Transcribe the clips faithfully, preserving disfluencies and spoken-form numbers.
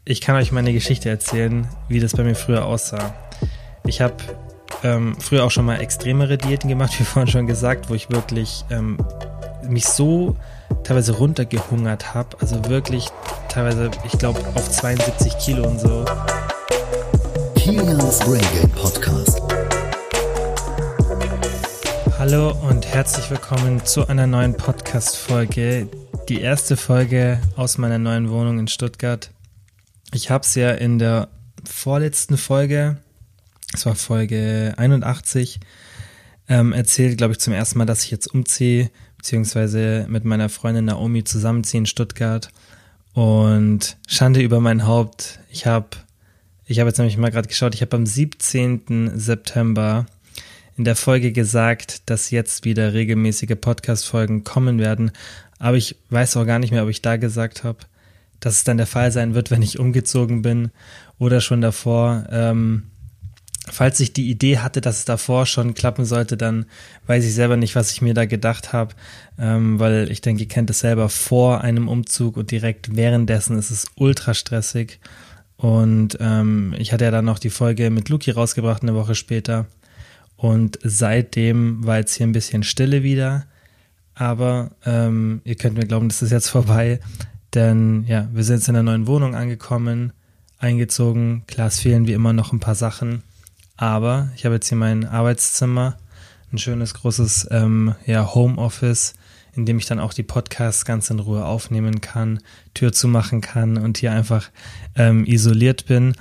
Ich kann euch meine Geschichte erzählen, wie das bei mir früher aussah. Ich habe ähm, früher auch schon mal extremere Diäten gemacht, wie vorhin schon gesagt, wo ich wirklich ähm, mich so teilweise runtergehungert habe. Also wirklich teilweise, ich glaube, auf zweiundsiebzig Kilo und so. Kilians Braingate Podcast. Hallo und herzlich willkommen zu einer neuen Podcast-Folge. Die erste Folge aus meiner neuen Wohnung in Stuttgart. Ich habe es ja in der vorletzten Folge, es war Folge einundachtzig, ähm, erzählt, glaube ich, zum ersten Mal, dass ich jetzt umziehe, beziehungsweise mit meiner Freundin Naomi zusammenziehe in Stuttgart. Und Schande über mein Haupt, ich habe ich hab jetzt nämlich mal gerade geschaut, ich habe am siebzehnten September in der Folge gesagt, dass jetzt wieder regelmäßige Podcast-Folgen kommen werden, aber ich weiß auch gar nicht mehr, ob ich da gesagt habe, dass es dann der Fall sein wird, wenn ich umgezogen bin oder schon davor. Ähm, falls ich die Idee hatte, dass es davor schon klappen sollte, dann weiß ich selber nicht, was ich mir da gedacht habe, ähm, weil ich denke, ihr kennt es selber, vor einem Umzug und direkt währenddessen ist es ultra stressig. Und ähm, ich hatte ja dann noch die Folge mit Luki rausgebracht, eine Woche später. Und seitdem war jetzt hier ein bisschen Stille wieder. Aber ähm, ihr könnt mir glauben, das ist jetzt vorbei. Denn ja, wir sind jetzt in einer neuen Wohnung angekommen, eingezogen. Klar, es fehlen wie immer noch ein paar Sachen. Aber ich habe jetzt hier mein Arbeitszimmer, ein schönes, großes ähm, ja, Homeoffice, in dem ich dann auch die Podcasts ganz in Ruhe aufnehmen kann, Tür zumachen kann und hier einfach ähm, isoliert bin.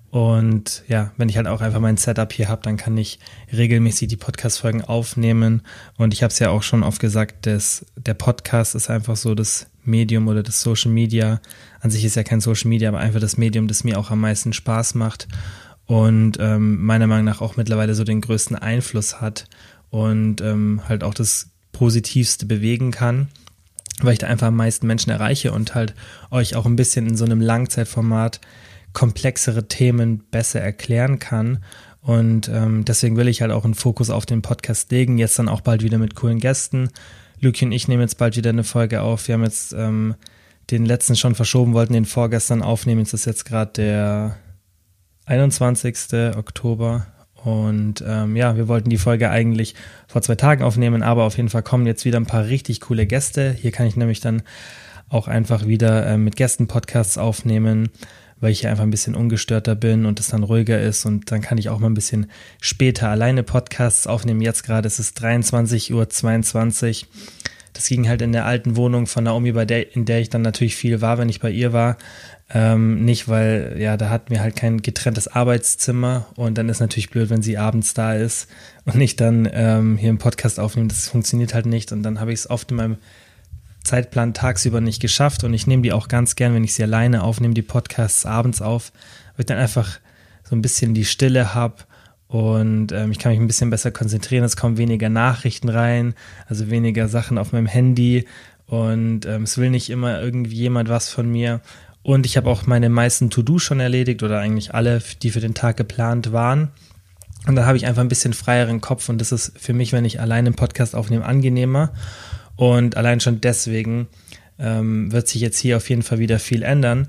Und ja, wenn ich halt auch einfach mein Setup hier habe, dann kann ich regelmäßig die Podcast-Folgen aufnehmen. Und ich habe es ja auch schon oft gesagt, dass der Podcast ist einfach so das Medium oder das Social Media. An sich ist ja kein Social Media, aber einfach das Medium, das mir auch am meisten Spaß macht und ähm, meiner Meinung nach auch mittlerweile so den größten Einfluss hat und ähm, halt auch das Positivste bewegen kann, weil ich da einfach am meisten Menschen erreiche und halt euch auch ein bisschen in so einem Langzeitformat komplexere Themen besser erklären kann. Und ähm, deswegen will ich halt auch einen Fokus auf den Podcast legen, jetzt dann auch bald wieder mit coolen Gästen. Luki und ich nehmen jetzt bald wieder eine Folge auf. Wir haben jetzt ähm, den letzten schon verschoben, wollten den vorgestern aufnehmen. Jetzt ist jetzt gerade der einundzwanzigsten Oktober und ähm, ja, wir wollten die Folge eigentlich vor zwei Tagen aufnehmen, aber auf jeden Fall kommen jetzt wieder ein paar richtig coole Gäste. Hier kann ich nämlich dann auch einfach wieder äh, mit Gästen Podcasts aufnehmen, weil ich hier einfach ein bisschen ungestörter bin und es dann ruhiger ist und dann kann ich auch mal ein bisschen später alleine Podcasts aufnehmen. Jetzt gerade ist es dreiundzwanzig Uhr zweiundzwanzig. Das ging halt in der alten Wohnung von Naomi, bei der, in der ich dann natürlich viel war, wenn ich bei ihr war. Ähm, nicht, weil, ja, da hatten wir halt kein getrenntes Arbeitszimmer und dann ist natürlich blöd, wenn sie abends da ist und nicht dann ähm, hier einen Podcast aufnehmen. Das funktioniert halt nicht und dann habe ich es oft in meinem Zeitplan tagsüber nicht geschafft und ich nehme die auch ganz gern, wenn ich sie alleine aufnehme, die Podcasts abends auf, weil ich dann einfach so ein bisschen die Stille habe und ähm, ich kann mich ein bisschen besser konzentrieren, es kommen weniger Nachrichten rein, also weniger Sachen auf meinem Handy und ähm, es will nicht immer irgendwie jemand was von mir und ich habe auch meine meisten To-Dos schon erledigt oder eigentlich alle, die für den Tag geplant waren und dann habe ich einfach ein bisschen freieren Kopf und das ist für mich, wenn ich alleine einen Podcast aufnehme, angenehmer. Und allein schon deswegen ähm, wird sich jetzt hier auf jeden Fall wieder viel ändern.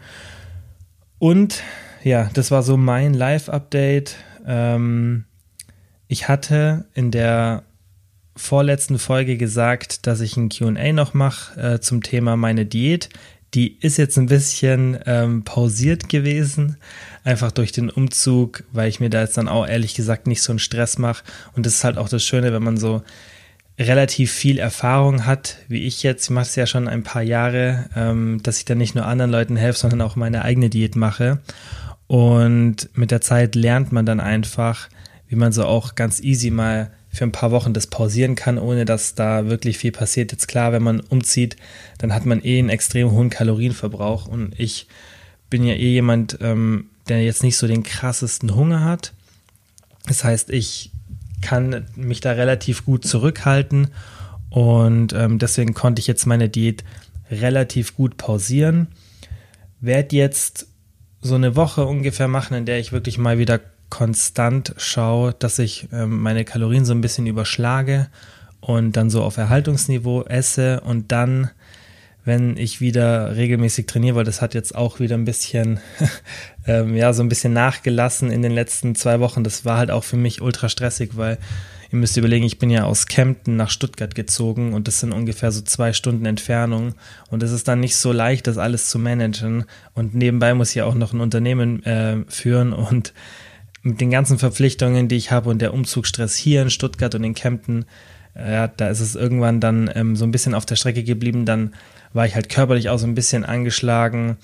Und ja, das war so mein Live-Update. Ähm, ich hatte in der vorletzten Folge gesagt, dass ich ein Q und A noch mache äh, zum Thema meine Diät. Die ist jetzt ein bisschen ähm, pausiert gewesen, einfach durch den Umzug, weil ich mir da jetzt dann auch ehrlich gesagt nicht so einen Stress mache. Und das ist halt auch das Schöne, wenn man so relativ viel Erfahrung hat, wie ich jetzt, ich mache es ja schon ein paar Jahre, ähm, dass ich dann nicht nur anderen Leuten helfe, sondern auch meine eigene Diät mache und mit der Zeit lernt man dann einfach, wie man so auch ganz easy mal für ein paar Wochen das pausieren kann, ohne dass da wirklich viel passiert. Jetzt klar, wenn man umzieht, dann hat man eh einen extrem hohen Kalorienverbrauch und ich bin ja eh jemand, ähm, der jetzt nicht so den krassesten Hunger hat. Das heißt, ich kann mich da relativ gut zurückhalten und ähm, deswegen konnte ich jetzt meine Diät relativ gut pausieren. Werde jetzt so eine Woche ungefähr machen, in der ich wirklich mal wieder konstant schaue, dass ich ähm, meine Kalorien so ein bisschen überschlage und dann so auf Erhaltungsniveau esse und dann wenn ich wieder regelmäßig trainiere, weil das hat jetzt auch wieder ein bisschen, ähm, ja, so ein bisschen nachgelassen in den letzten zwei Wochen. Das war halt auch für mich ultra stressig, weil ihr müsst überlegen, ich bin ja aus Kempten nach Stuttgart gezogen und das sind ungefähr so zwei Stunden Entfernung und es ist dann nicht so leicht, das alles zu managen und nebenbei muss ich ja auch noch ein Unternehmen äh, führen und mit den ganzen Verpflichtungen, die ich habe und der Umzugsstress hier in Stuttgart und in Kempten, äh, ja, da ist es irgendwann dann ähm, so ein bisschen auf der Strecke geblieben, dann war ich halt körperlich auch so ein bisschen angeschlagen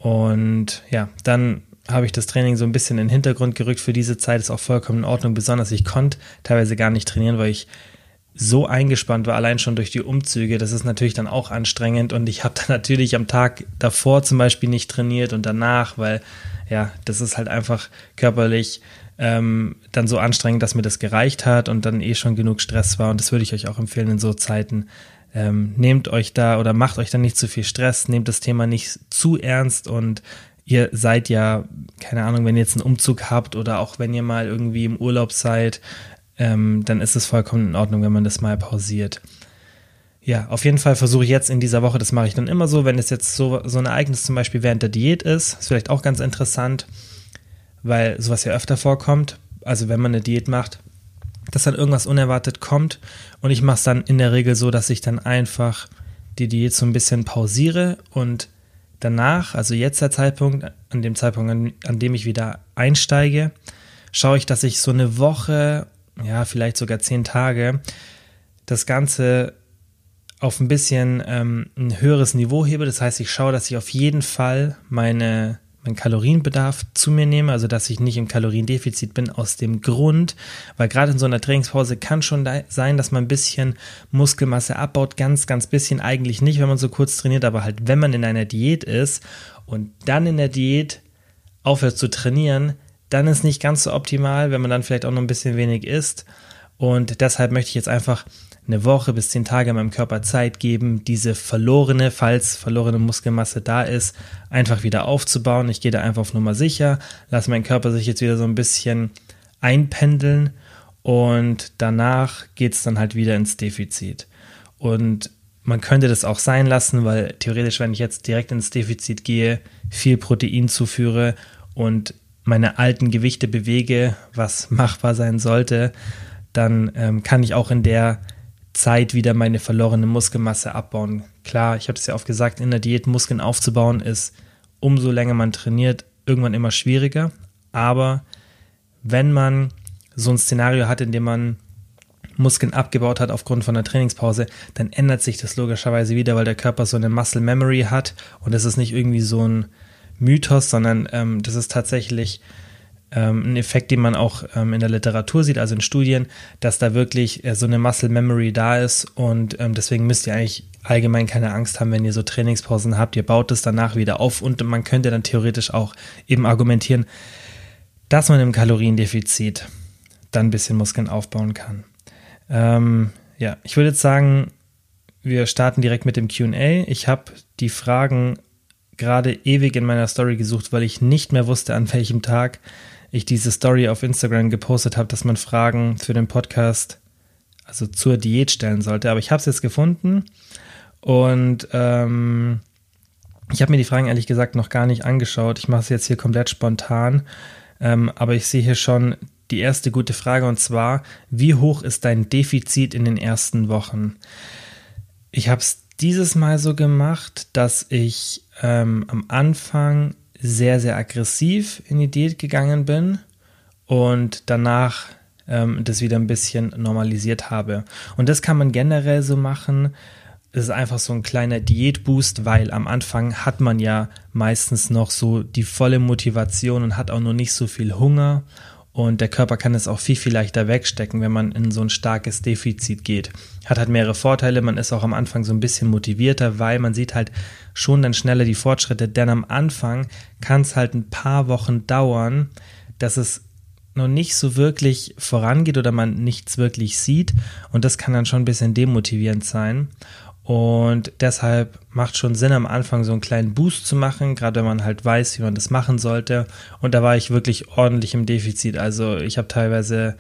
und ja, dann habe ich das Training so ein bisschen in den Hintergrund gerückt. Für diese Zeit ist auch vollkommen in Ordnung, besonders ich konnte teilweise gar nicht trainieren, weil ich so eingespannt war, allein schon durch die Umzüge. Das ist natürlich dann auch anstrengend und ich habe dann natürlich am Tag davor zum Beispiel nicht trainiert und danach, weil ja, das ist halt einfach körperlich ähm, dann so anstrengend, dass mir das gereicht hat und dann eh schon genug Stress war und das würde ich euch auch empfehlen in so Zeiten. Ähm, nehmt euch da oder macht euch da nicht zu viel Stress, nehmt das Thema nicht zu ernst und ihr seid ja, keine Ahnung, wenn ihr jetzt einen Umzug habt oder auch wenn ihr mal irgendwie im Urlaub seid, ähm, dann ist es vollkommen in Ordnung, wenn man das mal pausiert. Ja, auf jeden Fall versuche ich jetzt in dieser Woche, das mache ich dann immer so, wenn es jetzt so, so ein Ereignis zum Beispiel während der Diät ist, ist vielleicht auch ganz interessant, weil sowas ja öfter vorkommt, also wenn man eine Diät macht, dass dann irgendwas unerwartet kommt und ich mache es dann in der Regel so, dass ich dann einfach die Diät so ein bisschen pausiere und danach, also jetzt der Zeitpunkt, an dem Zeitpunkt, an, an dem ich wieder einsteige, schaue ich, dass ich so eine Woche, ja vielleicht sogar zehn Tage, das Ganze auf ein bisschen ähm, ein höheres Niveau hebe. Das heißt, ich schaue, dass ich auf jeden Fall meine meinen Kalorienbedarf zu mir nehme, also dass ich nicht im Kaloriendefizit bin, aus dem Grund, weil gerade in so einer Trainingspause kann schon da sein, dass man ein bisschen Muskelmasse abbaut, ganz, ganz bisschen eigentlich nicht, wenn man so kurz trainiert, aber halt, wenn man in einer Diät ist und dann in der Diät aufhört zu trainieren, dann ist nicht ganz so optimal, wenn man dann vielleicht auch noch ein bisschen wenig isst und deshalb möchte ich jetzt einfach eine Woche bis zehn Tage meinem Körper Zeit geben, diese verlorene, falls verlorene Muskelmasse da ist, einfach wieder aufzubauen. Ich gehe da einfach auf Nummer sicher, lasse meinen Körper sich jetzt wieder so ein bisschen einpendeln und danach geht es dann halt wieder ins Defizit. Und man könnte das auch sein lassen, weil theoretisch, wenn ich jetzt direkt ins Defizit gehe, viel Protein zuführe und meine alten Gewichte bewege, was machbar sein sollte, dann ähm, kann ich auch in der Zeit wieder meine verlorene Muskelmasse abbauen. Klar, ich habe das ja oft gesagt, in der Diät Muskeln aufzubauen ist, umso länger man trainiert, irgendwann immer schwieriger. Aber wenn man so ein Szenario hat, in dem man Muskeln abgebaut hat aufgrund von einer Trainingspause, dann ändert sich das logischerweise wieder, weil der Körper so eine Muscle Memory hat und das ist nicht irgendwie so ein Mythos, sondern ähm, das ist tatsächlich ein Effekt, den man auch ähm, in der Literatur sieht, also in Studien, dass da wirklich äh, so eine Muscle Memory da ist und ähm, deswegen müsst ihr eigentlich allgemein keine Angst haben, wenn ihr so Trainingspausen habt, ihr baut es danach wieder auf und man könnte dann theoretisch auch eben argumentieren, dass man im Kaloriendefizit dann ein bisschen Muskeln aufbauen kann. Ähm, ja, ich würde jetzt sagen, wir starten direkt mit dem Q und A. Ich habe die Fragen gerade ewig in meiner Story gesucht, weil ich nicht mehr wusste, an welchem Tag ich diese Story auf Instagram gepostet habe, dass man Fragen für den Podcast, also zur Diät stellen sollte. Aber ich habe es jetzt gefunden und ähm, ich habe mir die Fragen ehrlich gesagt noch gar nicht angeschaut. Ich mache es jetzt hier komplett spontan, ähm, aber ich sehe hier schon die erste gute Frage und zwar, wie hoch ist dein Defizit in den ersten Wochen? Ich habe es dieses Mal so gemacht, dass ich ähm, am Anfang sehr, sehr aggressiv in die Diät gegangen bin und danach ähm, das wieder ein bisschen normalisiert habe. Und das kann man generell so machen. Es ist einfach so ein kleiner Diätboost, weil am Anfang hat man ja meistens noch so die volle Motivation und hat auch noch nicht so viel Hunger. Und der Körper kann es auch viel, viel leichter wegstecken, wenn man in so ein starkes Defizit geht. Hat halt mehrere Vorteile, man ist auch am Anfang so ein bisschen motivierter, weil man sieht halt schon dann schneller die Fortschritte, denn am Anfang kann es halt ein paar Wochen dauern, dass es noch nicht so wirklich vorangeht oder man nichts wirklich sieht und das kann dann schon ein bisschen demotivierend sein. Und deshalb macht schon Sinn, am Anfang so einen kleinen Boost zu machen, gerade wenn man halt weiß, wie man das machen sollte. Und da war ich wirklich ordentlich im Defizit. Also ich habe teilweise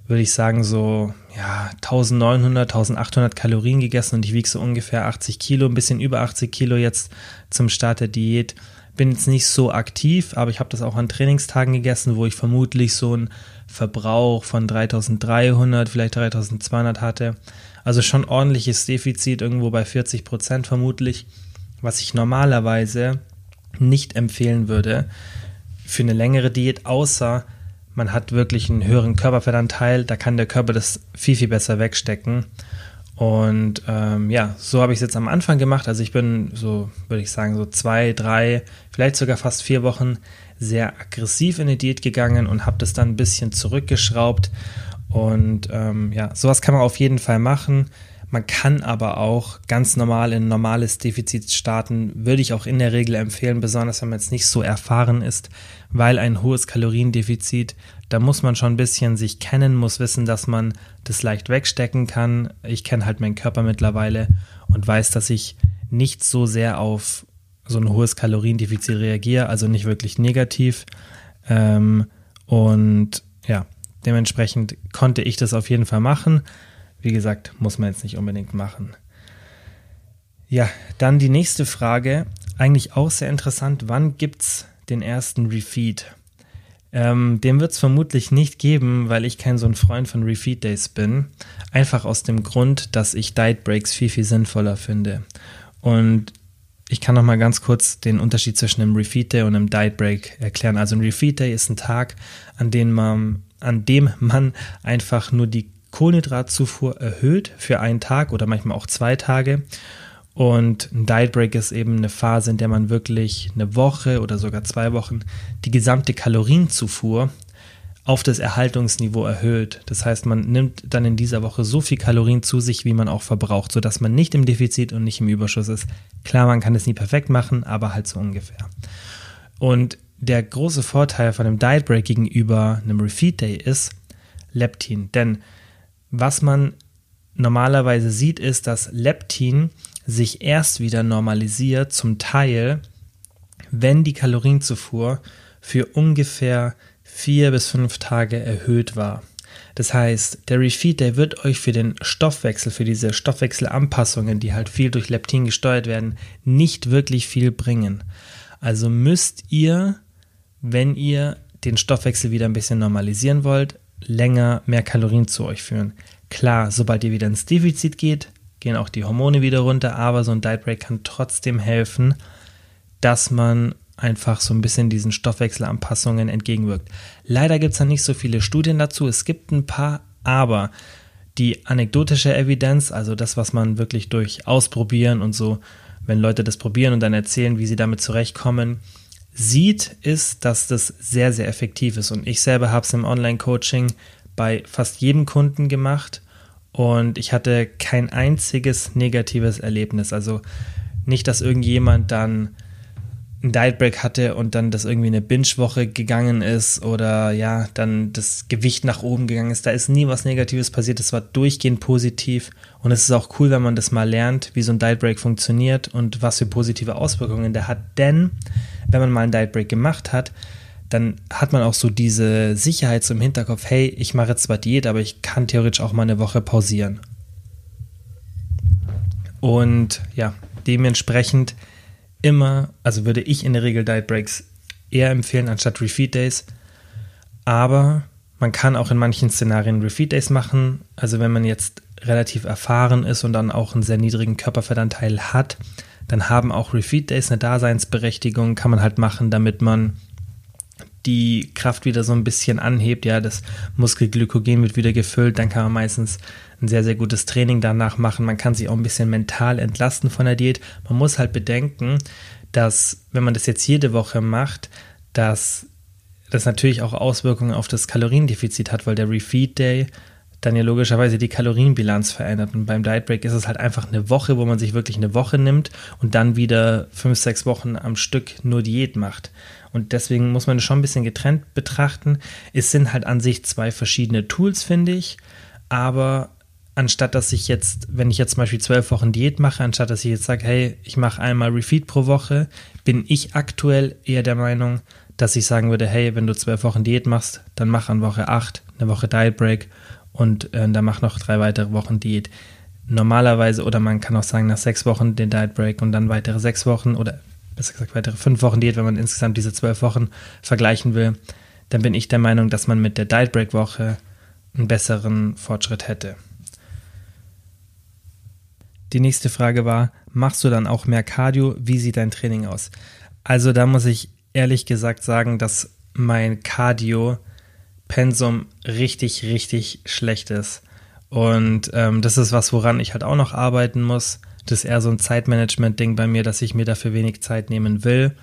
würde ich sagen, so ja, neunzehnhundert, achtzehnhundert Kalorien gegessen und ich wiege so ungefähr achtzig Kilo, ein bisschen über achtzig Kilo jetzt zum Start der Diät. Bin jetzt nicht so aktiv, aber ich habe das auch an Trainingstagen gegessen, wo ich vermutlich so einen Verbrauch von dreitausenddreihundert, vielleicht dreitausendzweihundert hatte. Also schon ordentliches Defizit, irgendwo bei vierzig Prozent vermutlich, was ich normalerweise nicht empfehlen würde für eine längere Diät, außer man hat wirklich einen höheren Körperfettanteil, da kann der Körper das viel, viel besser wegstecken. Und ähm, ja, so habe ich es jetzt am Anfang gemacht. Also ich bin so, würde ich sagen, so zwei, drei, vielleicht sogar fast vier Wochen sehr aggressiv in die Diät gegangen und habe das dann ein bisschen zurückgeschraubt. Und ähm, ja, sowas kann man auf jeden Fall machen. Man kann aber auch ganz normal in ein normales Defizit starten, würde ich auch in der Regel empfehlen, besonders wenn man jetzt nicht so erfahren ist, weil ein hohes Kaloriendefizit, da muss man schon ein bisschen sich kennen, muss wissen, dass man das leicht wegstecken kann. Ich kenne halt meinen Körper mittlerweile und weiß, dass ich nicht so sehr auf so ein hohes Kaloriendefizit reagiere, also nicht wirklich negativ. Ähm, und ja, dementsprechend konnte ich das auf jeden Fall machen. Wie gesagt, muss man jetzt nicht unbedingt machen. Ja, dann die nächste Frage, eigentlich auch sehr interessant. Wann gibt's den ersten Refeed? Ähm, den wird es vermutlich nicht geben, weil ich kein so ein Freund von Refeed Days bin. Einfach aus dem Grund, dass ich Diet Breaks viel, viel sinnvoller finde. Und ich kann noch mal ganz kurz den Unterschied zwischen einem Refeed Day und einem Diet Break erklären. Also ein Refeed Day ist ein Tag, an dem man, an dem man einfach nur die Kohlenhydratzufuhr erhöht für einen Tag oder manchmal auch zwei Tage. Und ein Diet Break ist eben eine Phase, in der man wirklich eine Woche oder sogar zwei Wochen die gesamte Kalorienzufuhr auf das Erhaltungsniveau erhöht. Das heißt, man nimmt dann in dieser Woche so viel Kalorien zu sich, wie man auch verbraucht, sodass man nicht im Defizit und nicht im Überschuss ist. Klar, man kann es nie perfekt machen, aber halt so ungefähr. Und der große Vorteil von einem Diet Break gegenüber einem Refeed Day ist Leptin. Denn was man normalerweise sieht, ist, dass Leptin sich erst wieder normalisiert, zum Teil, wenn die Kalorienzufuhr für ungefähr vier bis fünf Tage erhöht war. Das heißt, der Refeed Day wird euch für den Stoffwechsel, für diese Stoffwechselanpassungen, die halt viel durch Leptin gesteuert werden, nicht wirklich viel bringen. Also müsst ihr, wenn ihr den Stoffwechsel wieder ein bisschen normalisieren wollt, länger mehr Kalorien zu euch führen. Klar, sobald ihr wieder ins Defizit geht, gehen auch die Hormone wieder runter, aber so ein Diet Break kann trotzdem helfen, dass man einfach so ein bisschen diesen Stoffwechselanpassungen entgegenwirkt. Leider gibt es da nicht so viele Studien dazu, es gibt ein paar, aber die anekdotische Evidenz, also das, was man wirklich durch Ausprobieren und so, wenn Leute das probieren und dann erzählen, wie sie damit zurechtkommen, sieht, ist, dass das sehr, sehr effektiv ist. Und ich selber habe es im Online-Coaching bei fast jedem Kunden gemacht und ich hatte kein einziges negatives Erlebnis. Also nicht, dass irgendjemand dann einen Diet Break hatte und dann das irgendwie eine Binge-Woche gegangen ist oder ja, dann das Gewicht nach oben gegangen ist. Da ist nie was Negatives passiert, es war durchgehend positiv und es ist auch cool, wenn man das mal lernt, wie so ein Diet Break funktioniert und was für positive Auswirkungen der hat, denn wenn man mal einen Diet Break gemacht hat, dann hat man auch so diese Sicherheit so im Hinterkopf, hey, ich mache jetzt zwar Diät, aber ich kann theoretisch auch mal eine Woche pausieren. Und ja, dementsprechend immer, also würde ich in der Regel Diet Breaks eher empfehlen anstatt Refeed Days, aber man kann auch in manchen Szenarien Refeed Days machen, also wenn man jetzt relativ erfahren ist und dann auch einen sehr niedrigen Körperfettanteil hat, dann haben auch Refeed Days eine Daseinsberechtigung, kann man halt machen, damit man die Kraft wieder so ein bisschen anhebt, ja, das Muskelglykogen wird wieder gefüllt, dann kann man meistens ein sehr, sehr gutes Training danach machen, man kann sich auch ein bisschen mental entlasten von der Diät. Man muss halt bedenken, dass, wenn man das jetzt jede Woche macht, dass das natürlich auch Auswirkungen auf das Kaloriendefizit hat, weil der Refeed Day dann ja logischerweise die Kalorienbilanz verändert. Und beim Diet Break ist es halt einfach eine Woche, wo man sich wirklich eine Woche nimmt und dann wieder fünf, sechs Wochen am Stück nur Diät macht. Und deswegen muss man das schon ein bisschen getrennt betrachten. Es sind halt an sich zwei verschiedene Tools, finde ich. Aber anstatt dass ich jetzt, wenn ich jetzt zum Beispiel zwölf Wochen Diät mache, anstatt dass ich jetzt sage, hey, ich mache einmal Refeed pro Woche, bin ich aktuell eher der Meinung, dass ich sagen würde, hey, wenn du zwölf Wochen Diät machst, dann mach an Woche acht eine Woche Diet Break und äh, dann mache noch drei weitere Wochen Diät. Normalerweise, oder man kann auch sagen, nach sechs Wochen den Diet Break und dann weitere sechs Wochen oder besser gesagt weitere fünf Wochen Diät, wenn man insgesamt diese zwölf Wochen vergleichen will, dann bin ich der Meinung, dass man mit der Diet Break Woche einen besseren Fortschritt hätte. Die nächste Frage war, machst du dann auch mehr Cardio? Wie sieht dein Training aus? Also da muss ich ehrlich gesagt sagen, dass mein Cardio-Pensum richtig, richtig schlecht ist. Und ähm, das ist was, woran ich halt auch noch arbeiten muss. Das ist eher so ein Zeitmanagement-Ding bei mir, dass ich mir dafür wenig Zeit nehmen will.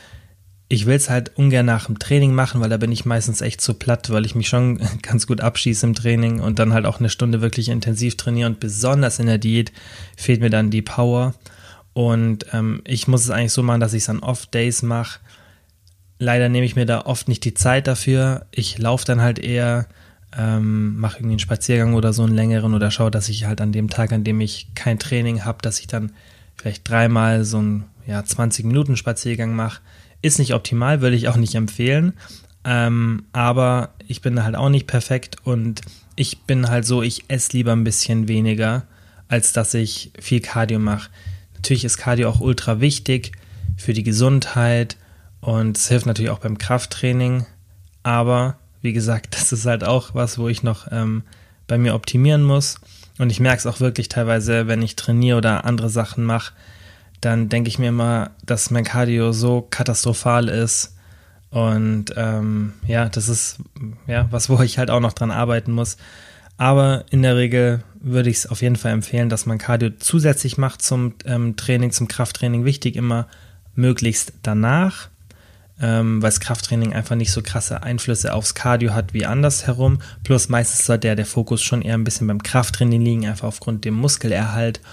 Ich will es halt ungern nach dem Training machen, weil da bin ich meistens echt zu platt, weil ich mich schon ganz gut abschieße im Training und dann halt auch eine Stunde wirklich intensiv trainiere und besonders in der Diät fehlt mir dann die Power und ähm, ich muss es eigentlich so machen, dass ich es an Off-Days mache. Leider nehme ich mir da oft nicht die Zeit dafür. Ich laufe dann halt eher, ähm, mache irgendwie einen Spaziergang oder so einen längeren oder schaue, dass ich halt an dem Tag, an dem ich kein Training habe, dass ich dann vielleicht dreimal so einen ja, zwanzig Minuten Spaziergang mache. Ist nicht optimal, würde ich auch nicht empfehlen, ähm, aber ich bin halt auch nicht perfekt und ich bin halt so, ich esse lieber ein bisschen weniger, als dass ich viel Cardio mache. Natürlich ist Cardio auch ultra wichtig für die Gesundheit und es hilft natürlich auch beim Krafttraining, aber wie gesagt, das ist halt auch was, wo ich noch ähm, bei mir optimieren muss und ich merke es auch wirklich teilweise, wenn ich trainiere oder andere Sachen mache, dann denke ich mir immer, dass mein Cardio so katastrophal ist und ähm, ja, das ist ja was, wo ich halt auch noch dran arbeiten muss. Aber in der Regel würde ich es auf jeden Fall empfehlen, dass man Cardio zusätzlich macht zum ähm, Training, zum Krafttraining. Wichtig immer möglichst danach, ähm, weil das Krafttraining einfach nicht so krasse Einflüsse aufs Cardio hat wie andersherum. Plus meistens soll der, der Fokus schon eher ein bisschen beim Krafttraining liegen, einfach aufgrund dem Muskelerhalt.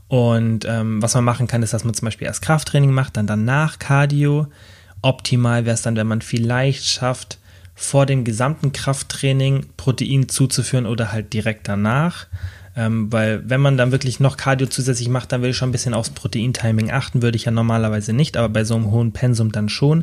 Und ähm, was man machen kann, ist, dass man zum Beispiel erst Krafttraining macht, dann danach Cardio. Optimal wäre es dann, wenn man vielleicht schafft, vor dem gesamten Krafttraining Protein zuzuführen oder halt direkt danach. Ähm, weil wenn man dann wirklich noch Cardio zusätzlich macht, dann will ich schon ein bisschen aufs Proteintiming achten, würde ich ja normalerweise nicht, aber bei so einem hohen Pensum dann schon.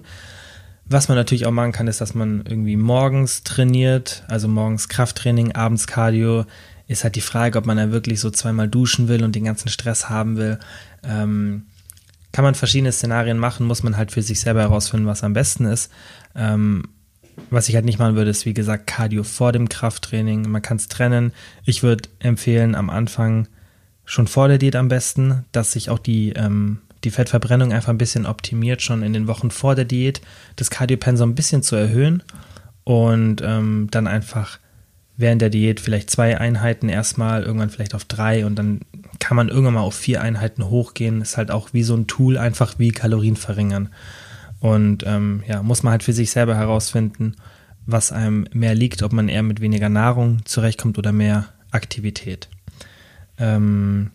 Was man natürlich auch machen kann, ist, dass man irgendwie morgens trainiert, also morgens Krafttraining, abends Cardio. Ist halt die Frage, ob man da wirklich so zweimal duschen will und den ganzen Stress haben will. Ähm, kann man verschiedene Szenarien machen, muss man halt für sich selber herausfinden, was am besten ist. Ähm, was ich halt nicht machen würde, ist wie gesagt Cardio vor dem Krafttraining. Man kann es trennen. Ich würde empfehlen, am Anfang schon vor der Diät am besten, dass sich auch die, ähm, die Fettverbrennung einfach ein bisschen optimiert, schon in den Wochen vor der Diät, das Cardiopensum ein bisschen zu erhöhen und ähm, dann einfach während der Diät vielleicht zwei Einheiten erstmal, irgendwann vielleicht auf drei und dann kann man irgendwann mal auf vier Einheiten hochgehen. Ist halt auch wie so ein Tool, einfach wie Kalorien verringern. Und ähm, ja, muss man halt für sich selber herausfinden, was einem mehr liegt, ob man eher mit weniger Nahrung zurechtkommt oder mehr Aktivität. Ähm,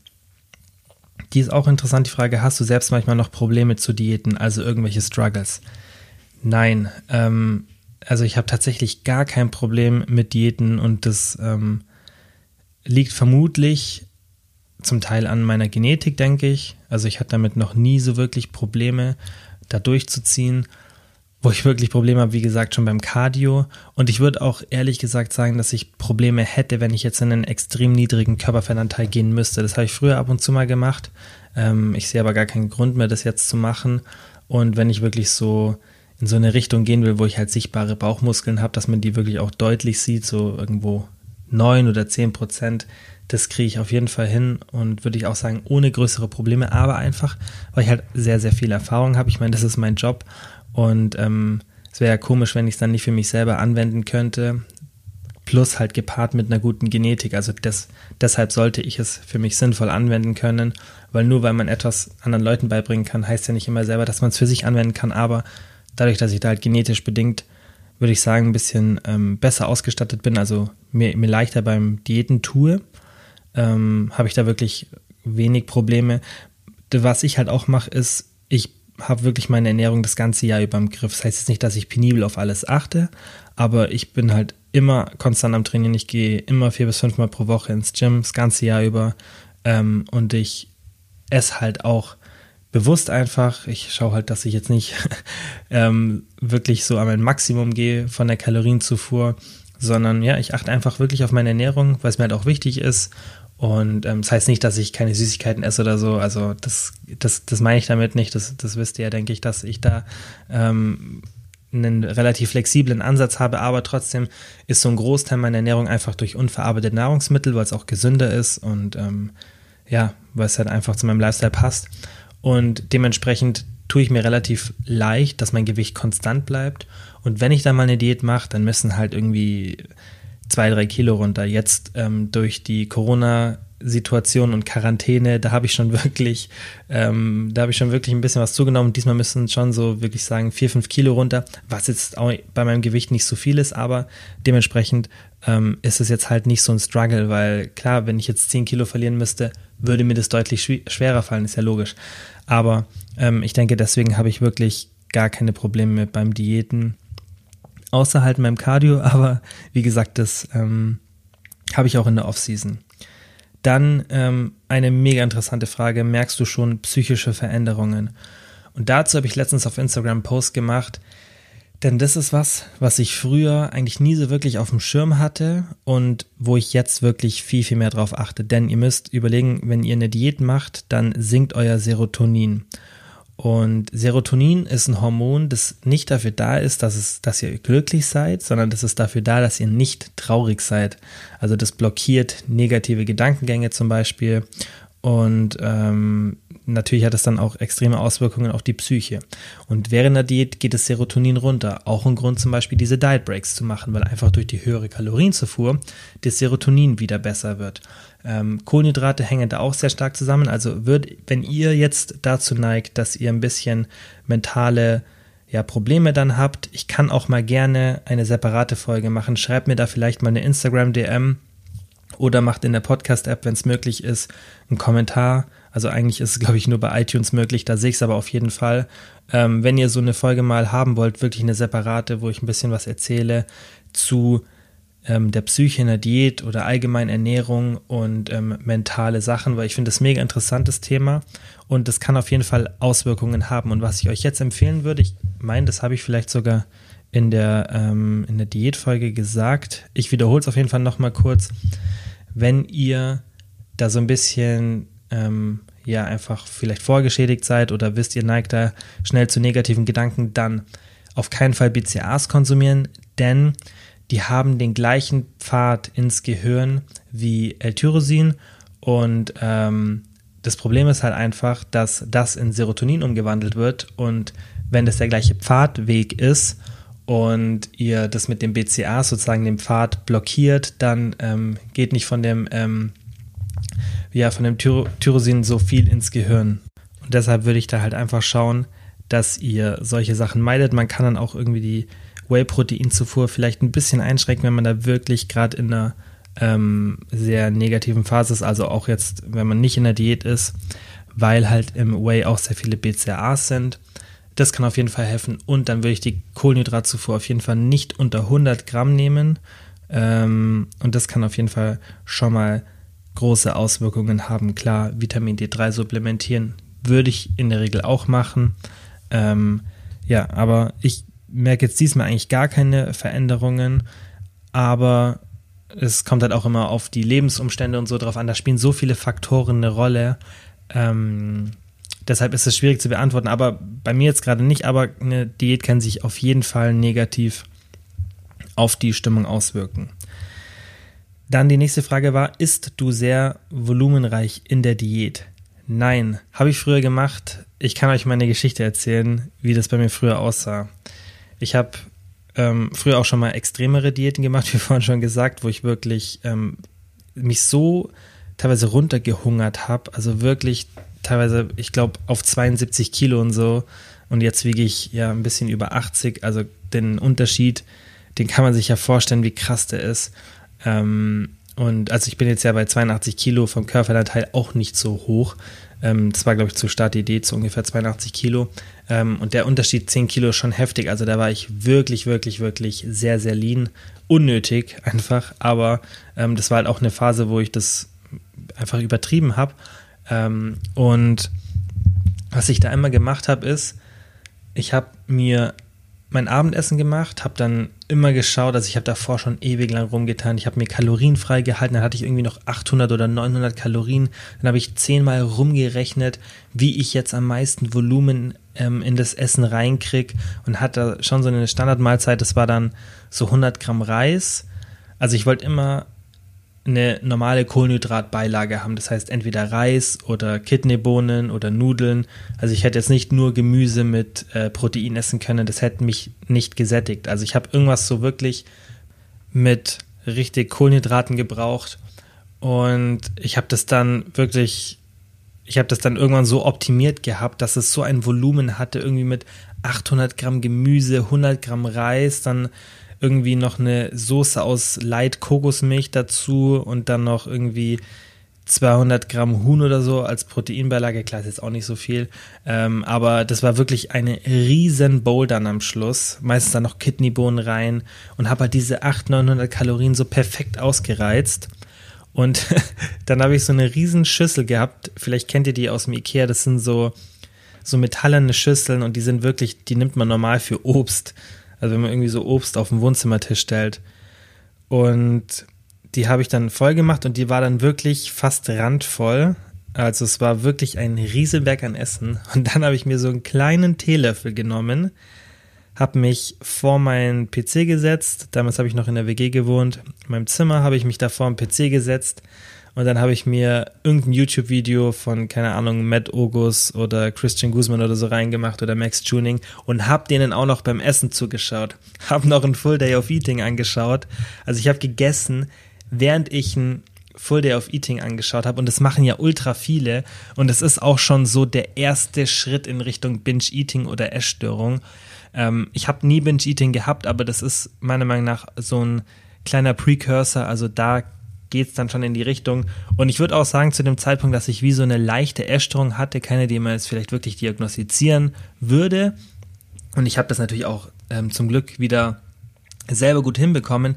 die ist auch interessant, die Frage, hast du selbst manchmal noch Probleme zu Diäten, also irgendwelche Struggles? Nein, ähm, also ich habe tatsächlich gar kein Problem mit Diäten und das ähm, liegt vermutlich zum Teil an meiner Genetik, denke ich. Also ich hatte damit noch nie so wirklich Probleme, da durchzuziehen. Wo ich wirklich Probleme habe, wie gesagt, schon beim Cardio. Und ich würde auch ehrlich gesagt sagen, dass ich Probleme hätte, wenn ich jetzt in einen extrem niedrigen Körperfettanteil gehen müsste. Das habe ich früher ab und zu mal gemacht. Ähm, ich sehe aber gar keinen Grund mehr, das jetzt zu machen. Und wenn ich wirklich so in so eine Richtung gehen will, wo ich halt sichtbare Bauchmuskeln habe, dass man die wirklich auch deutlich sieht, so irgendwo neun oder zehn Prozent, das kriege ich auf jeden Fall hin und würde ich auch sagen, ohne größere Probleme, aber einfach, weil ich halt sehr, sehr viel Erfahrung habe. Ich meine, das ist mein Job und ähm, es wäre ja komisch, wenn ich es dann nicht für mich selber anwenden könnte, plus halt gepaart mit einer guten Genetik. Also das, deshalb sollte ich es für mich sinnvoll anwenden können, weil nur weil man etwas anderen Leuten beibringen kann, heißt ja nicht immer selber, dass man es für sich anwenden kann, aber dadurch, dass ich da halt genetisch bedingt, würde ich sagen, ein bisschen ähm, besser ausgestattet bin, also mir, mir leichter beim Diäten tue, ähm, habe ich da wirklich wenig Probleme. Was ich halt auch mache, ist, ich habe wirklich meine Ernährung das ganze Jahr über im Griff. Das heißt jetzt nicht, dass ich penibel auf alles achte, aber ich bin halt immer konstant am Trainieren. Ich gehe immer vier bis fünfmal pro Woche ins Gym, das ganze Jahr über, ähm, und ich esse halt auch bewusst einfach. Ich schaue halt, dass ich jetzt nicht ähm, wirklich so an mein Maximum gehe von der Kalorienzufuhr, sondern ja, ich achte einfach wirklich auf meine Ernährung, weil es mir halt auch wichtig ist. Und ähm, das heißt nicht, dass ich keine Süßigkeiten esse oder so, also das, das, das meine ich damit nicht, das, das wisst ihr ja, denke ich, dass ich da ähm, einen relativ flexiblen Ansatz habe, aber trotzdem ist so ein Großteil meiner Ernährung einfach durch unverarbeitete Nahrungsmittel, weil es auch gesünder ist und ähm, ja, weil es halt einfach zu meinem Lifestyle passt und dementsprechend tue ich mir relativ leicht, dass mein Gewicht konstant bleibt und wenn ich dann mal eine Diät mache, dann müssen halt irgendwie zwei, drei Kilo runter. Jetzt ähm, durch die Corona-Situation und Quarantäne, da habe ich schon wirklich, ähm, da habe ich schon wirklich ein bisschen was zugenommen. Diesmal müssen schon so wirklich sagen vier, fünf Kilo runter, was jetzt auch bei meinem Gewicht nicht so viel ist, aber dementsprechend ähm, ist es jetzt halt nicht so ein Struggle, weil klar, wenn ich jetzt zehn Kilo verlieren müsste, würde mir das deutlich schw- schwerer fallen, ist ja logisch. Aber ähm, ich denke, deswegen habe ich wirklich gar keine Probleme mehr beim Diäten. Außer halt meinem Cardio, aber wie gesagt, das ähm, habe ich auch in der Off-Season. Dann ähm, eine mega interessante Frage, merkst du schon psychische Veränderungen? Und dazu habe ich letztens auf Instagram einen Post gemacht, denn das ist was, was ich früher eigentlich nie so wirklich auf dem Schirm hatte und wo ich jetzt wirklich viel, viel mehr drauf achte. Denn ihr müsst überlegen, wenn ihr eine Diät macht, dann sinkt euer Serotonin. Und Serotonin ist ein Hormon, das nicht dafür da ist, dass es, dass ihr glücklich seid, sondern das ist dafür da, dass ihr nicht traurig seid. Also das blockiert negative Gedankengänge zum Beispiel und ähm, natürlich hat es dann auch extreme Auswirkungen auf die Psyche. Und während der Diät geht das Serotonin runter. Auch ein Grund zum Beispiel diese Diet Breaks zu machen, weil einfach durch die höhere Kalorienzufuhr das Serotonin wieder besser wird. Ähm, Kohlenhydrate hängen da auch sehr stark zusammen. Also wird, wenn ihr jetzt dazu neigt, dass ihr ein bisschen mentale ja, Probleme dann habt, ich kann auch mal gerne eine separate Folge machen. Schreibt mir da vielleicht mal eine Instagram-D M oder macht in der Podcast-App, wenn es möglich ist, einen Kommentar. Also eigentlich ist es, glaube ich, nur bei iTunes möglich, da sehe ich es aber auf jeden Fall. Ähm, wenn ihr so eine Folge mal haben wollt, wirklich eine separate, wo ich ein bisschen was erzähle zu ähm, der Psyche in der Diät oder allgemein Ernährung und ähm, mentale Sachen, weil ich finde das mega interessantes Thema und das kann auf jeden Fall Auswirkungen haben. Und was ich euch jetzt empfehlen würde, ich meine, das habe ich vielleicht sogar in der, ähm, in der Diätfolge gesagt. Ich wiederhole es auf jeden Fall nochmal kurz. Wenn ihr da so ein bisschen ähm, ja einfach vielleicht vorgeschädigt seid oder wisst, ihr neigt da schnell zu negativen Gedanken, dann auf keinen Fall B C A As konsumieren, denn die haben den gleichen Pfad ins Gehirn wie L-Tyrosin und ähm, das Problem ist halt einfach, dass das in Serotonin umgewandelt wird und wenn das der gleiche Pfadweg ist und ihr das mit dem B C A A sozusagen den Pfad blockiert, dann ähm, geht nicht von dem ähm, ja, von dem Tyro- Tyrosin so viel ins Gehirn. Und deshalb würde ich da halt einfach schauen, dass ihr solche Sachen meidet. Man kann dann auch irgendwie die Whey-Proteinzufuhr vielleicht ein bisschen einschränken, wenn man da wirklich gerade in einer ähm, sehr negativen Phase ist, also auch jetzt, wenn man nicht in der Diät ist, weil halt im Whey auch sehr viele B C A As sind. Das kann auf jeden Fall helfen und dann würde ich die Kohlenhydratzufuhr auf jeden Fall nicht unter hundert Gramm nehmen ähm, und das kann auf jeden Fall schon mal große Auswirkungen haben. Klar, Vitamin D drei supplementieren würde ich in der Regel auch machen. Ähm, ja, aber ich merke jetzt diesmal eigentlich gar keine Veränderungen, aber es kommt halt auch immer auf die Lebensumstände und so drauf an. Da spielen so viele Faktoren eine Rolle. Ähm, deshalb ist es schwierig zu beantworten, aber bei mir jetzt gerade nicht, aber eine Diät kann sich auf jeden Fall negativ auf die Stimmung auswirken. Dann die nächste Frage war, isst du sehr volumenreich in der Diät? Nein, habe ich früher gemacht. Ich kann euch meine Geschichte erzählen, wie das bei mir früher aussah. Ich habe ähm, früher auch schon mal extremere Diäten gemacht, wie vorhin schon gesagt, wo ich wirklich ähm, mich so teilweise runtergehungert habe. Also wirklich teilweise, ich glaube, auf zweiundsiebzig Kilo und so. Und jetzt wiege ich ja ein bisschen über achtzig. Also den Unterschied, den kann man sich ja vorstellen, wie krass der ist. Ähm, und also ich bin jetzt ja bei zweiundachtzig Kilo vom Körperanteil auch nicht so hoch. Ähm, das war, glaube ich, zur Startidee zu ungefähr zweiundachtzig Kilo. Ähm, und der Unterschied zehn Kilo ist schon heftig. Also da war ich wirklich, wirklich, wirklich sehr, sehr lean. Unnötig einfach. Aber ähm, das war halt auch eine Phase, wo ich das einfach übertrieben habe. Ähm, und was ich da einmal gemacht habe, ist, ich habe mir mein Abendessen gemacht, habe dann immer geschaut, also ich habe davor schon ewig lang rumgetan, ich habe mir Kalorien freigehalten, dann hatte ich irgendwie noch achthundert oder neunhundert Kalorien, dann habe ich zehnmal rumgerechnet, wie ich jetzt am meisten Volumen ähm, in das Essen reinkriege und hatte schon so eine Standardmahlzeit, das war dann so hundert Gramm Reis, also ich wollte immer eine normale Kohlenhydratbeilage haben, das heißt entweder Reis oder Kidneybohnen oder Nudeln, also ich hätte jetzt nicht nur Gemüse mit äh, Protein essen können, das hätte mich nicht gesättigt, also ich habe irgendwas so wirklich mit richtig Kohlenhydraten gebraucht und ich habe das dann wirklich, ich habe das dann irgendwann so optimiert gehabt, dass es so ein Volumen hatte, irgendwie mit achthundert Gramm Gemüse, hundert Gramm Reis, dann irgendwie noch eine Soße aus Light Kokosmilch dazu und dann noch irgendwie zweihundert Gramm Huhn oder so als Proteinbeilage. Klar, ist jetzt auch nicht so viel, ähm, aber das war wirklich eine riesen Bowl dann am Schluss. Meistens dann noch Kidneybohnen rein und habe halt diese achthundert, neunhundert Kalorien so perfekt ausgereizt. Und dann habe ich so eine riesen Schüssel gehabt. Vielleicht kennt ihr die aus dem Ikea. Das sind so, so metallene Schüsseln und die sind wirklich, die nimmt man normal für Obst. Also wenn man irgendwie so Obst auf den Wohnzimmertisch stellt. Und die habe ich dann voll gemacht und die war dann wirklich fast randvoll. Also es war wirklich ein Riesenberg an Essen. Und dann habe ich mir so einen kleinen Teelöffel genommen, habe mich vor meinen P C gesetzt. Damals habe ich noch in der W G gewohnt. In meinem Zimmer habe ich mich da vor den P C gesetzt. Und dann habe ich mir irgendein YouTube-Video von, keine Ahnung, Matt Ogus oder Christian Guzman oder so reingemacht oder Max Tuning und habe denen auch noch beim Essen zugeschaut. Habe noch ein Full Day of Eating angeschaut. Also ich habe gegessen, während ich ein Full Day of Eating angeschaut habe und das machen ja ultra viele und das ist auch schon so der erste Schritt in Richtung Binge-Eating oder Essstörung. Ähm, ich habe nie Binge-Eating gehabt, aber das ist meiner Meinung nach so ein kleiner Precursor, also da geht es dann schon in die Richtung. Und ich würde auch sagen, zu dem Zeitpunkt, dass ich wie so eine leichte Essstörung hatte, keine, die man jetzt vielleicht wirklich diagnostizieren würde. Und ich habe das natürlich auch ähm, zum Glück wieder selber gut hinbekommen.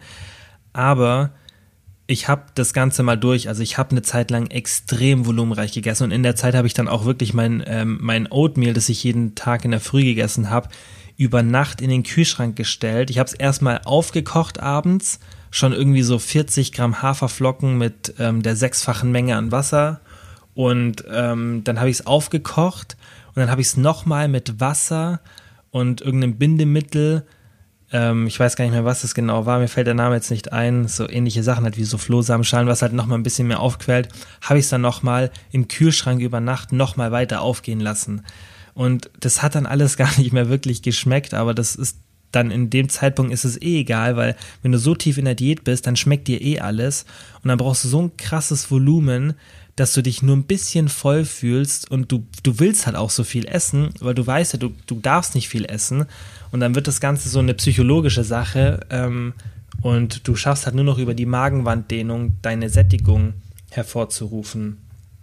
Aber ich habe das Ganze mal durch. Also ich habe eine Zeit lang extrem volumenreich gegessen. Und in der Zeit habe ich dann auch wirklich mein, ähm, mein Oatmeal, das ich jeden Tag in der Früh gegessen habe, über Nacht in den Kühlschrank gestellt. Ich habe es erstmal aufgekocht abends, schon irgendwie so vierzig Gramm Haferflocken mit ähm, der sechsfachen Menge an Wasser und ähm, dann habe ich es aufgekocht und dann habe ich es nochmal mit Wasser und irgendeinem Bindemittel, ähm, ich weiß gar nicht mehr, was das genau war, mir fällt der Name jetzt nicht ein, so ähnliche Sachen halt wie so Flohsamenschalen, was halt nochmal ein bisschen mehr aufquellt, habe ich es dann nochmal im Kühlschrank über Nacht nochmal weiter aufgehen lassen und das hat dann alles gar nicht mehr wirklich geschmeckt, aber das ist dann in dem Zeitpunkt ist es eh egal, weil wenn du so tief in der Diät bist, dann schmeckt dir eh alles und dann brauchst du so ein krasses Volumen, dass du dich nur ein bisschen voll fühlst und du, du willst halt auch so viel essen, weil du weißt ja, du, du darfst nicht viel essen und dann wird das Ganze so eine psychologische Sache ähm, und du schaffst halt nur noch über die Magenwanddehnung deine Sättigung hervorzurufen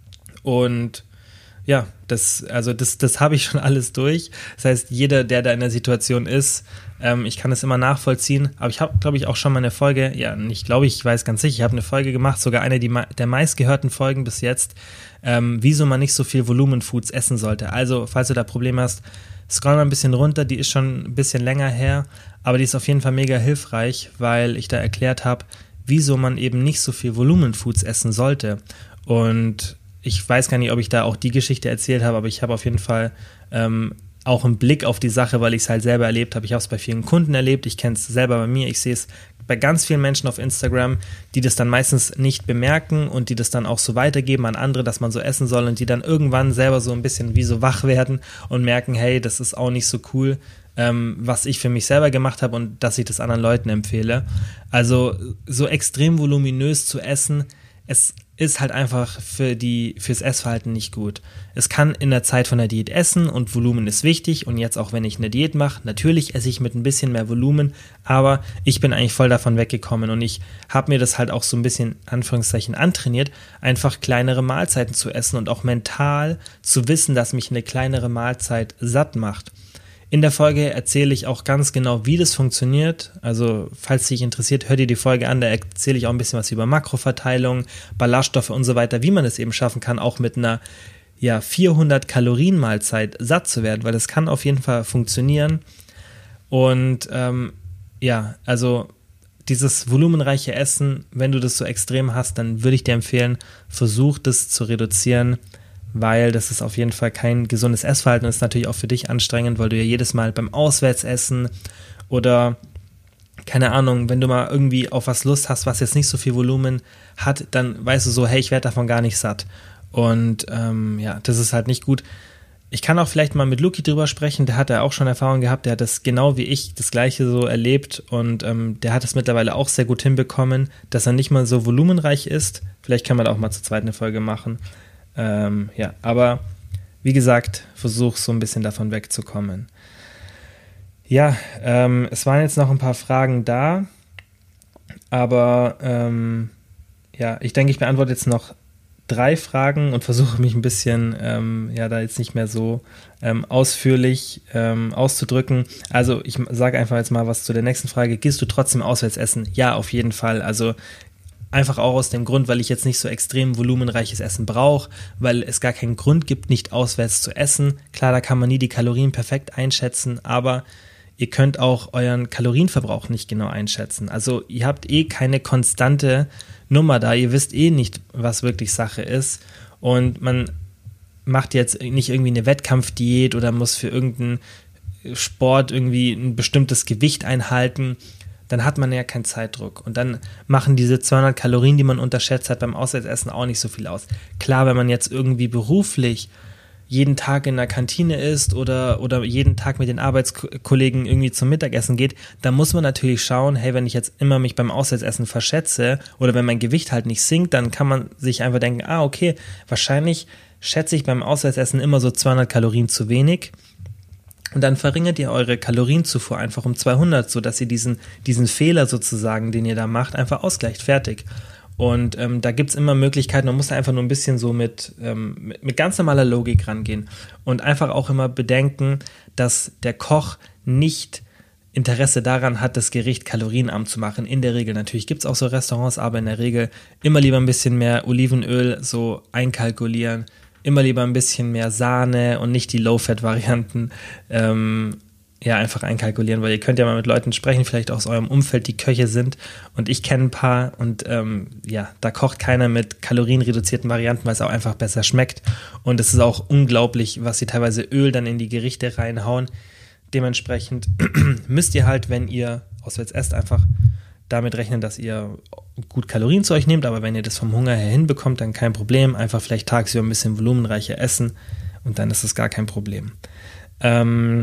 und ja, das, also das, das habe ich schon alles durch. Das heißt, jeder, der da in der Situation ist, ähm, ich kann es immer nachvollziehen. Aber ich habe, glaube ich, auch schon mal eine Folge, ja, nicht glaube ich, ich weiß ganz sicher, ich habe eine Folge gemacht, sogar eine die, der meistgehörten Folgen bis jetzt, ähm, wieso man nicht so viel Volumenfoods essen sollte. Also, falls du da Probleme hast, scroll mal ein bisschen runter, die ist schon ein bisschen länger her, aber die ist auf jeden Fall mega hilfreich, weil ich da erklärt habe, wieso man eben nicht so viel Volumenfoods essen sollte. Und ich weiß gar nicht, ob ich da auch die Geschichte erzählt habe, aber ich habe auf jeden Fall ähm, auch einen Blick auf die Sache, weil ich es halt selber erlebt habe. Ich habe es bei vielen Kunden erlebt, ich kenne es selber bei mir, ich sehe es bei ganz vielen Menschen auf Instagram, die das dann meistens nicht bemerken und die das dann auch so weitergeben an andere, dass man so essen soll und die dann irgendwann selber so ein bisschen wie so wach werden und merken, hey, das ist auch nicht so cool, ähm, was ich für mich selber gemacht habe und dass ich das anderen Leuten empfehle. Also so extrem voluminös zu essen, es ist halt einfach für die, fürs Essverhalten nicht gut. Es kann in der Zeit von der Diät essen und Volumen ist wichtig und jetzt auch wenn ich eine Diät mache, natürlich esse ich mit ein bisschen mehr Volumen, aber ich bin eigentlich voll davon weggekommen und ich habe mir das halt auch so ein bisschen, Anführungszeichen, antrainiert, einfach kleinere Mahlzeiten zu essen und auch mental zu wissen, dass mich eine kleinere Mahlzeit satt macht. In der Folge erzähle ich auch ganz genau, wie das funktioniert. Also, falls dich interessiert, hör dir die Folge an. Da erzähle ich auch ein bisschen was über Makroverteilung, Ballaststoffe und so weiter, wie man es eben schaffen kann, auch mit einer ja, vierhundert Kalorien Mahlzeit satt zu werden, weil das kann auf jeden Fall funktionieren. Und ähm, ja, also dieses volumenreiche Essen, wenn du das so extrem hast, dann würde ich dir empfehlen, versuch das zu reduzieren, weil das ist auf jeden Fall kein gesundes Essverhalten und ist natürlich auch für dich anstrengend, weil du ja jedes Mal beim Auswärtsessen oder keine Ahnung, wenn du mal irgendwie auf was Lust hast, was jetzt nicht so viel Volumen hat, dann weißt du so, hey, ich werde davon gar nicht satt. Und ähm, ja, das ist halt nicht gut. Ich kann auch vielleicht mal mit Luki drüber sprechen, der hat ja auch schon Erfahrung gehabt, der hat das genau wie ich, das Gleiche so erlebt und ähm, der hat es mittlerweile auch sehr gut hinbekommen, dass er nicht mal so volumenreich ist. Vielleicht kann man da auch mal zur zweiten Folge machen. Ähm, ja, aber wie gesagt, versuch so ein bisschen davon wegzukommen. Ja, ähm, es waren jetzt noch ein paar Fragen da, aber ähm, ja, ich denke, ich beantworte jetzt noch drei Fragen und versuche mich ein bisschen, ähm, ja, da jetzt nicht mehr so ähm, ausführlich ähm, auszudrücken. Also ich sage einfach jetzt mal was zu der nächsten Frage. Gehst du trotzdem auswärts essen? Ja, auf jeden Fall. Also einfach auch aus dem Grund, weil ich jetzt nicht so extrem volumenreiches Essen brauche, weil es gar keinen Grund gibt, nicht auswärts zu essen. Klar, da kann man nie die Kalorien perfekt einschätzen, aber ihr könnt auch euren Kalorienverbrauch nicht genau einschätzen. Also ihr habt eh keine konstante Nummer da, ihr wisst eh nicht, was wirklich Sache ist und man macht jetzt nicht irgendwie eine Wettkampfdiät oder muss für irgendeinen Sport irgendwie ein bestimmtes Gewicht einhalten, dann hat man ja keinen Zeitdruck und dann machen diese zweihundert Kalorien, die man unterschätzt hat beim Auswärtsessen auch nicht so viel aus. Klar, wenn man jetzt irgendwie beruflich jeden Tag in der Kantine isst oder, oder jeden Tag mit den Arbeitskollegen irgendwie zum Mittagessen geht, dann muss man natürlich schauen, hey, wenn ich jetzt immer mich beim Auswärtsessen verschätze oder wenn mein Gewicht halt nicht sinkt, dann kann man sich einfach denken, ah, okay, wahrscheinlich schätze ich beim Auswärtsessen immer so zweihundert Kalorien zu wenig und dann verringert ihr eure Kalorienzufuhr einfach um zweihundert, sodass ihr diesen, diesen Fehler sozusagen, den ihr da macht, einfach ausgleicht, fertig. Und ähm, da gibt es immer Möglichkeiten, man muss da einfach nur ein bisschen so mit, ähm, mit, mit ganz normaler Logik rangehen und einfach auch immer bedenken, dass der Koch nicht Interesse daran hat, das Gericht kalorienarm zu machen. In der Regel natürlich gibt es auch so Restaurants, aber in der Regel immer lieber ein bisschen mehr Olivenöl so einkalkulieren, immer lieber ein bisschen mehr Sahne und nicht die Low-Fat-Varianten ähm, ja, einfach einkalkulieren, weil ihr könnt ja mal mit Leuten sprechen, vielleicht aus eurem Umfeld, die Köche sind und ich kenne ein paar und ähm, ja, da kocht keiner mit kalorienreduzierten Varianten, weil es auch einfach besser schmeckt und es ist auch unglaublich, was sie teilweise Öl dann in die Gerichte reinhauen. Dementsprechend müsst ihr halt, wenn ihr auswärts esst, einfach damit rechnen, dass ihr gut Kalorien zu euch nehmt, aber wenn ihr das vom Hunger her hinbekommt, dann kein Problem, einfach vielleicht tagsüber ein bisschen volumenreicher essen und dann ist es gar kein Problem. Ähm,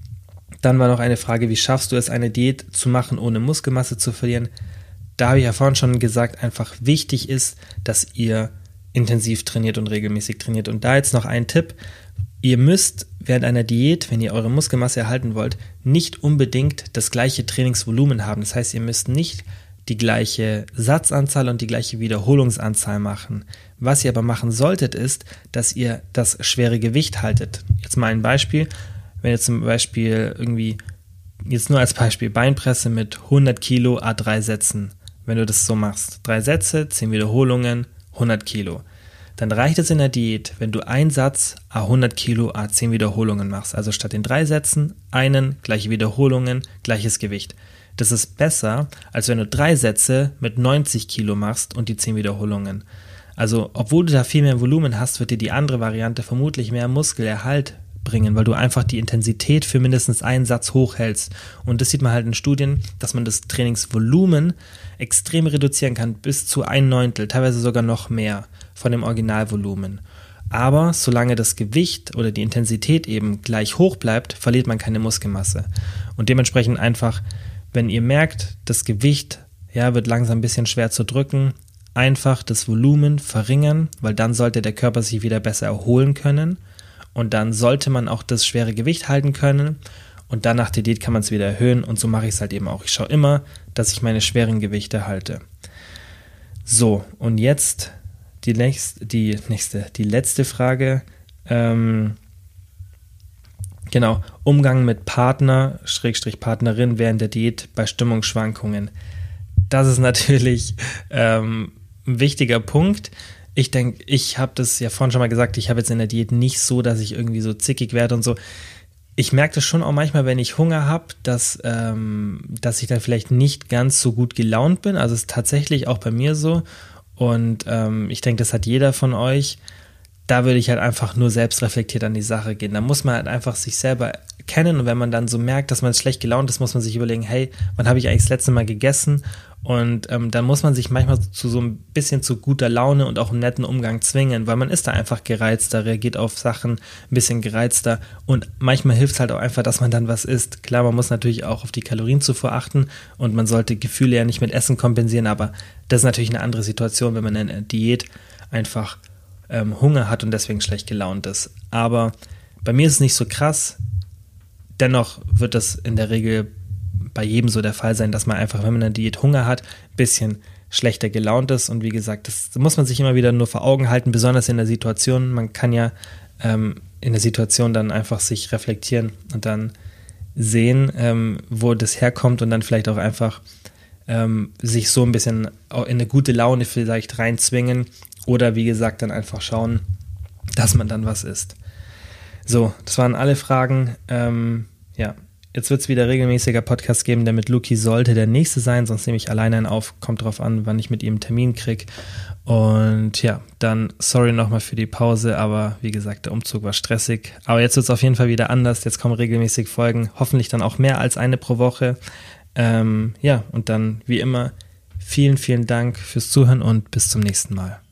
Dann war noch eine Frage, wie schaffst du es, eine Diät zu machen, ohne Muskelmasse zu verlieren? Da habe ich ja vorhin schon gesagt, einfach wichtig ist, dass ihr intensiv trainiert und regelmäßig trainiert. Und da jetzt noch ein Tipp, ihr müsst während einer Diät, wenn ihr eure Muskelmasse erhalten wollt, nicht unbedingt das gleiche Trainingsvolumen haben. Das heißt, ihr müsst nicht die gleiche Satzanzahl und die gleiche Wiederholungsanzahl machen. Was ihr aber machen solltet, ist, dass ihr das schwere Gewicht haltet. Jetzt mal ein Beispiel. Wenn ihr zum Beispiel irgendwie, jetzt nur als Beispiel, Beinpresse mit hundert Kilo à drei Sätzen, wenn du das so machst, drei Sätze, zehn Wiederholungen, hundert Kilo, dann reicht es in der Diät, wenn du einen Satz à hundert Kilo à zehn Wiederholungen machst. Also statt den drei Sätzen, einen, gleiche Wiederholungen, gleiches Gewicht. Das ist besser, als wenn du drei Sätze mit neunzig Kilo machst und die zehn Wiederholungen. Also, obwohl du da viel mehr Volumen hast, wird dir die andere Variante vermutlich mehr Muskelerhalt bringen, weil du einfach die Intensität für mindestens einen Satz hochhältst. Und das sieht man halt in Studien, dass man das Trainingsvolumen extrem reduzieren kann, bis zu ein Neuntel, teilweise sogar noch mehr von dem Originalvolumen. Aber solange das Gewicht oder die Intensität eben gleich hoch bleibt, verliert man keine Muskelmasse. Und dementsprechend einfach, wenn ihr merkt, das Gewicht ja, wird langsam ein bisschen schwer zu drücken, einfach das Volumen verringern, weil dann sollte der Körper sich wieder besser erholen können. Und dann sollte man auch das schwere Gewicht halten können und dann nach der Diät kann man es wieder erhöhen und so mache ich es halt eben auch. Ich schaue immer, dass ich meine schweren Gewichte halte. So, und jetzt die nächste, die nächste, die letzte Frage. Ähm, genau, Umgang mit Partner, Schrägstrich Partnerin während der Diät bei Stimmungsschwankungen. Das ist natürlich ähm, ein wichtiger Punkt. Ich denke, ich habe das ja vorhin schon mal gesagt, ich habe jetzt in der Diät nicht so, dass ich irgendwie so zickig werde und so. ich merke das schon auch manchmal, wenn ich Hunger habe, dass, ähm, dass ich dann vielleicht nicht ganz so gut gelaunt bin. Also es ist tatsächlich auch bei mir so. Und ähm, ich denke, das hat jeder von euch. Da würde ich halt einfach nur selbstreflektiert an die Sache gehen. Da muss man halt einfach sich selber kennen und wenn man dann so merkt, dass man schlecht gelaunt ist, muss man sich überlegen, hey, wann habe ich eigentlich das letzte Mal gegessen? Und ähm, dann muss man sich manchmal zu so ein bisschen zu guter Laune und auch einem netten Umgang zwingen, weil man ist da einfach gereizter, reagiert auf Sachen ein bisschen gereizter und manchmal hilft es halt auch einfach, dass man dann was isst. Klar, man muss natürlich auch auf die Kalorienzufuhr achten und man sollte Gefühle ja nicht mit Essen kompensieren, aber das ist natürlich eine andere Situation, wenn man in einer Diät einfach ähm, Hunger hat und deswegen schlecht gelaunt ist. Aber bei mir ist es nicht so krass. Dennoch wird das in der Regel bei jedem so der Fall sein, dass man einfach, wenn man in der Diät Hunger hat, ein bisschen schlechter gelaunt ist. Und wie gesagt, das muss man sich immer wieder nur vor Augen halten, besonders in der Situation. Man kann ja ähm, in der Situation dann einfach sich reflektieren und dann sehen, ähm, wo das herkommt und dann vielleicht auch einfach ähm, sich so ein bisschen in eine gute Laune vielleicht reinzwingen oder wie gesagt dann einfach schauen, dass man dann was isst. So, das waren alle Fragen. Ähm, ja, jetzt wird es wieder regelmäßiger Podcast geben. Der mit Luki sollte der nächste sein, sonst nehme ich alleine einen auf. Kommt drauf an, wann ich mit ihm einen Termin kriege. Und ja, dann sorry nochmal für die Pause, aber wie gesagt, der Umzug war stressig. Aber jetzt wird es auf jeden Fall wieder anders. Jetzt kommen regelmäßig Folgen, hoffentlich dann auch mehr als eine pro Woche. Ähm, ja, und dann wie immer vielen, vielen Dank fürs Zuhören und bis zum nächsten Mal.